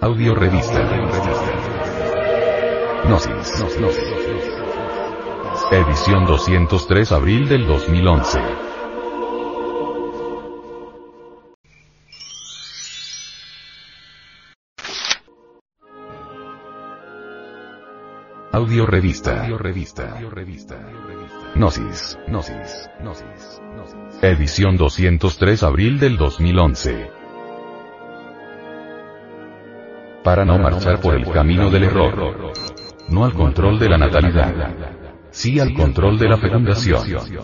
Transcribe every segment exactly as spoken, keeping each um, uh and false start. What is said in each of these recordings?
Audio revista. Gnosis. Edición doscientos tres abril del dos mil once. Audio revista. Audio revista. Gnosis. Gnosis. Gnosis. Edición doscientos tres abril del dos mil once. Para no marchar por el camino del error. No al control de la natalidad. Sí al control de la fecundación.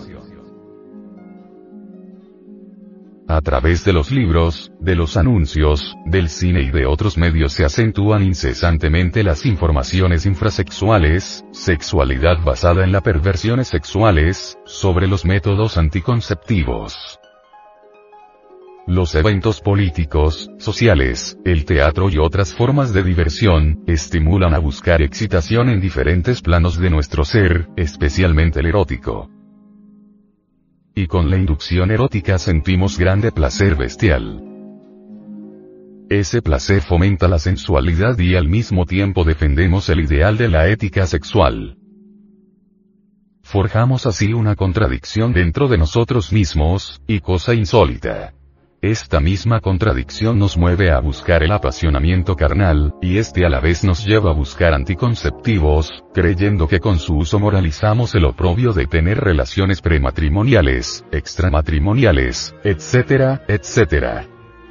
A través de los libros, de los anuncios, del cine y de otros medios se acentúan incesantemente las informaciones infrasexuales, sexualidad basada en las perversiones sexuales, sobre los métodos anticonceptivos. Los eventos políticos, sociales, el teatro y otras formas de diversión, estimulan a buscar excitación en diferentes planos de nuestro ser, especialmente el erótico. Y con la inducción erótica sentimos grande placer bestial. Ese placer fomenta la sensualidad y al mismo tiempo defendemos el ideal de la ética sexual. Forjamos así una contradicción dentro de nosotros mismos, y cosa insólita. Esta misma contradicción nos mueve a buscar el apasionamiento carnal, y este a la vez nos lleva a buscar anticonceptivos, creyendo que con su uso moralizamos el oprobio de tener relaciones prematrimoniales, extramatrimoniales, etcétera, etcétera.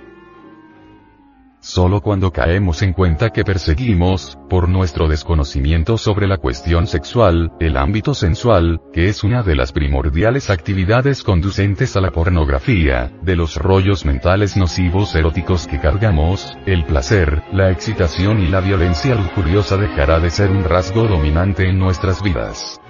Solo cuando caemos en cuenta que perseguimos, por nuestro desconocimiento sobre la cuestión sexual, el ámbito sensual, que es una de las primordiales actividades conducentes a la pornografía, de los rollos mentales nocivos eróticos que cargamos, el placer, la excitación y la violencia lujuriosa dejará de ser un rasgo dominante en nuestras vidas.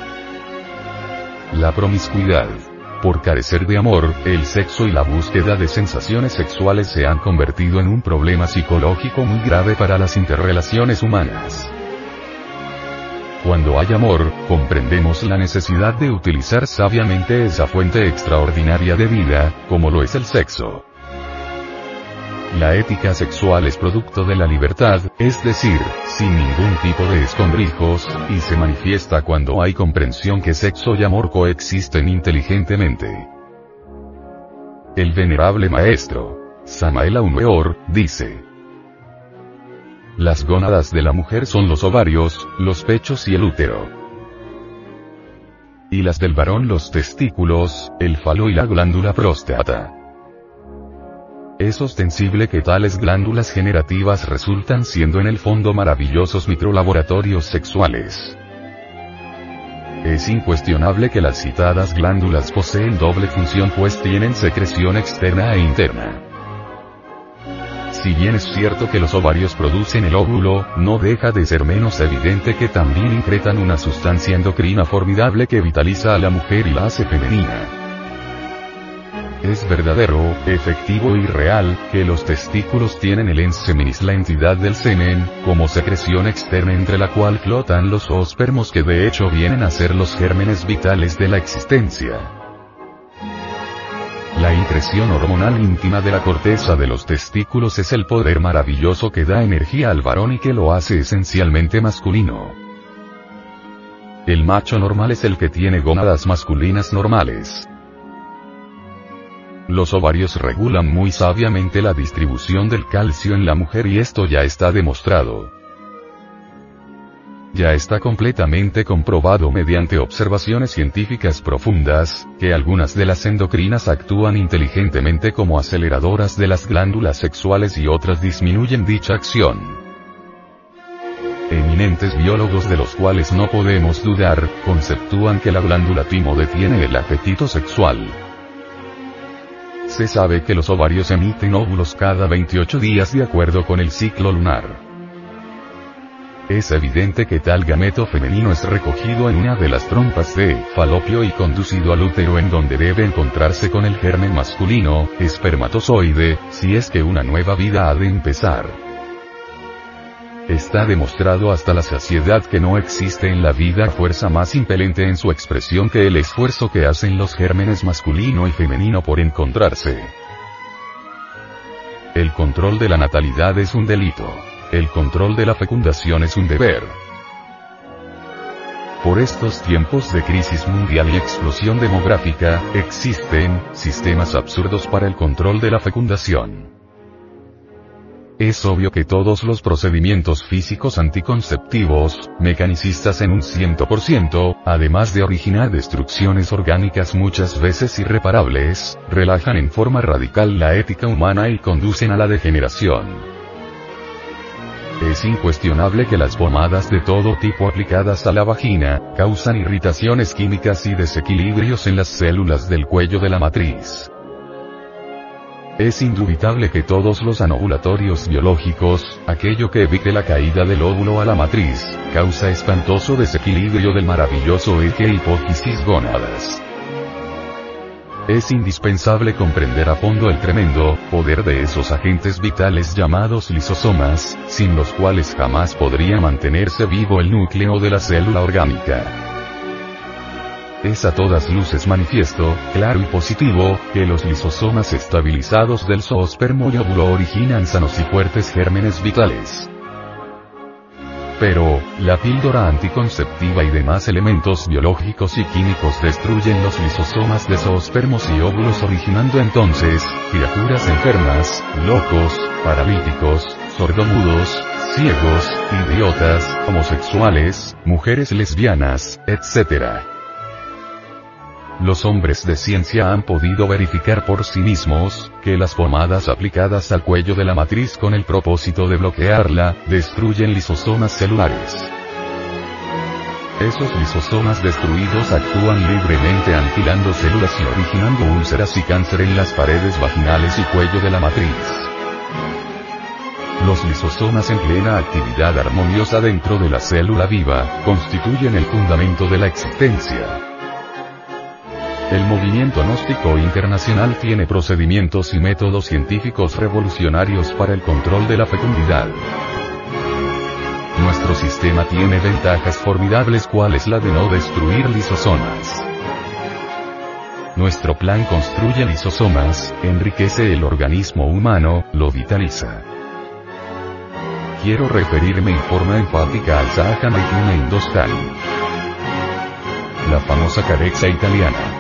La promiscuidad. Por carecer de amor, el sexo y la búsqueda de sensaciones sexuales se han convertido en un problema psicológico muy grave para las interrelaciones humanas. Cuando hay amor, comprendemos la necesidad de utilizar sabiamente esa fuente extraordinaria de vida, como lo es el sexo. La ética sexual es producto de la libertad, es decir, sin ningún tipo de escondrijos, y se manifiesta cuando hay comprensión que sexo y amor coexisten inteligentemente. El venerable maestro, Samael Aun Weor, dice: las gónadas de la mujer son los ovarios, los pechos y el útero. Y las del varón los testículos, el falo y la glándula próstata. Es ostensible que tales glándulas generativas resultan siendo en el fondo maravillosos microlaboratorios sexuales. Es incuestionable que las citadas glándulas poseen doble función, pues tienen secreción externa e interna. Si bien es cierto que los ovarios producen el óvulo, no deja de ser menos evidente que también incretan una sustancia endocrina formidable que vitaliza a la mujer y la hace femenina. Es verdadero, efectivo y real, que los testículos tienen el ens seminis, la entidad del semen, como secreción externa entre la cual flotan los óspermos que de hecho vienen a ser los gérmenes vitales de la existencia. La increción hormonal íntima de la corteza de los testículos es el poder maravilloso que da energía al varón y que lo hace esencialmente masculino. El macho normal es el que tiene gónadas masculinas normales. Los ovarios regulan muy sabiamente la distribución del calcio en la mujer y esto ya está demostrado. Ya está completamente comprobado mediante observaciones científicas profundas, que algunas de las endocrinas actúan inteligentemente como aceleradoras de las glándulas sexuales y otras disminuyen dicha acción. Eminentes biólogos, de los cuales no podemos dudar, conceptúan que la glándula timo detiene el apetito sexual. Se sabe que los ovarios emiten óvulos cada veintiocho días de acuerdo con el ciclo lunar. Es evidente que tal gameto femenino es recogido en una de las trompas de falopio y conducido al útero, en donde debe encontrarse con el germen masculino, espermatozoide, si es que una nueva vida ha de empezar. Está demostrado hasta la saciedad que no existe en la vida fuerza más impelente en su expresión que el esfuerzo que hacen los gérmenes masculino y femenino por encontrarse. El control de la natalidad es un delito. El control de la fecundación es un deber. Por estos tiempos de crisis mundial y explosión demográfica, existen sistemas absurdos para el control de la fecundación. Es obvio que todos los procedimientos físicos anticonceptivos, mecanicistas en un cien por ciento, además de originar destrucciones orgánicas muchas veces irreparables, relajan en forma radical la ética humana y conducen a la degeneración. Es incuestionable que las pomadas de todo tipo aplicadas a la vagina, causan irritaciones químicas y desequilibrios en las células del cuello de la matriz. Es indubitable que todos los anovulatorios biológicos, aquello que evite la caída del óvulo a la matriz, causa espantoso desequilibrio del maravilloso eje hipófisis-gónadas. Es indispensable comprender a fondo el tremendo poder de esos agentes vitales llamados lisosomas, sin los cuales jamás podría mantenerse vivo el núcleo de la célula orgánica. Es a todas luces manifiesto, claro y positivo, que los lisosomas estabilizados del zoospermo y óvulo originan sanos y fuertes gérmenes vitales. Pero, la píldora anticonceptiva y demás elementos biológicos y químicos destruyen los lisosomas de zoospermos y óvulos originando entonces, criaturas enfermas, locos, paralíticos, sordomudos, ciegos, idiotas, homosexuales, mujeres lesbianas, etcétera. Los hombres de ciencia han podido verificar por sí mismos, que las pomadas aplicadas al cuello de la matriz con el propósito de bloquearla, destruyen lisosomas celulares. Esos lisosomas destruidos actúan libremente aniquilando células y originando úlceras y cáncer en las paredes vaginales y cuello de la matriz. Los lisosomas en plena actividad armoniosa dentro de la célula viva, constituyen el fundamento de la existencia. El movimiento gnóstico internacional tiene procedimientos y métodos científicos revolucionarios para el control de la fecundidad. Nuestro sistema tiene ventajas formidables, cual es la de no destruir lisosomas. Nuestro plan construye lisosomas, enriquece el organismo humano, lo vitaliza. Quiero referirme en forma enfática al Sahaja Indostani, la famosa carezza italiana.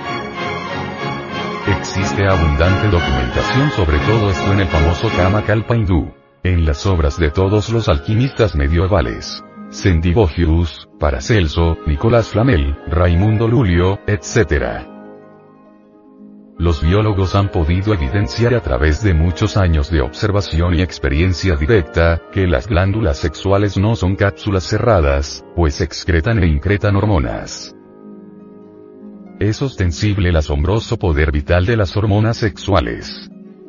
Existe abundante documentación sobre todo esto en el famoso Kama Kalpa hindú, en las obras de todos los alquimistas medievales, Sendivogius, Paracelso, Nicolás Flamel, Raimundo Lulio, etcétera. Los biólogos han podido evidenciar a través de muchos años de observación y experiencia directa, que las glándulas sexuales no son cápsulas cerradas, pues excretan e incretan hormonas. Es ostensible el asombroso poder vital de las hormonas sexuales.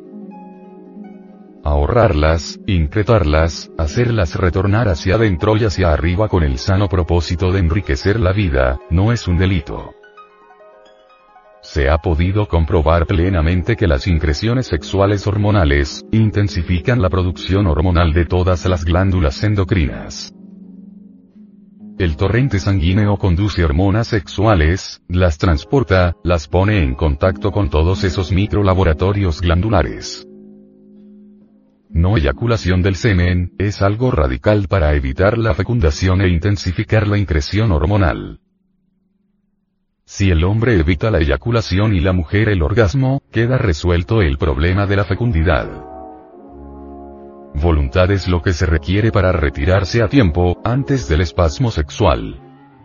Ahorrarlas, incretarlas, hacerlas retornar hacia adentro y hacia arriba con el sano propósito de enriquecer la vida, no es un delito. Se ha podido comprobar plenamente que las increciones sexuales hormonales, intensifican la producción hormonal de todas las glándulas endocrinas. El torrente sanguíneo conduce hormonas sexuales, las transporta, las pone en contacto con todos esos microlaboratorios glandulares. No eyaculación del semen, es algo radical para evitar la fecundación e intensificar la increción hormonal. Si el hombre evita la eyaculación y la mujer el orgasmo, queda resuelto el problema de la fecundidad. Voluntad es lo que se requiere para retirarse a tiempo, antes del espasmo sexual.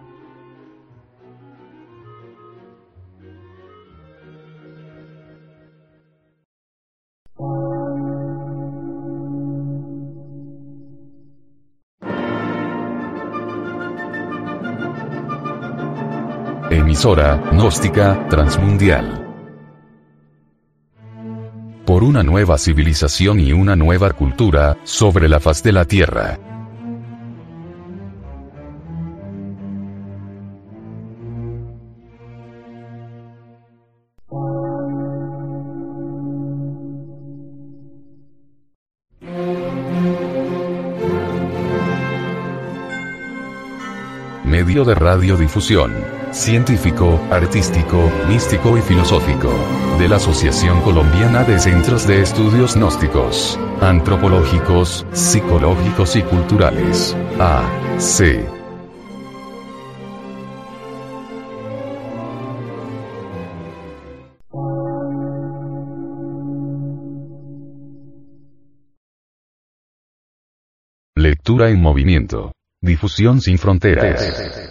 Emisora gnóstica transmundial. Por una nueva civilización y una nueva cultura, sobre la faz de la Tierra. medio de radiodifusión, científico, artístico, místico y filosófico, de la Asociación Colombiana de Centros de Estudios Gnósticos, Antropológicos, Psicológicos y Culturales, A C Lectura en movimiento. Difusión sin fronteras.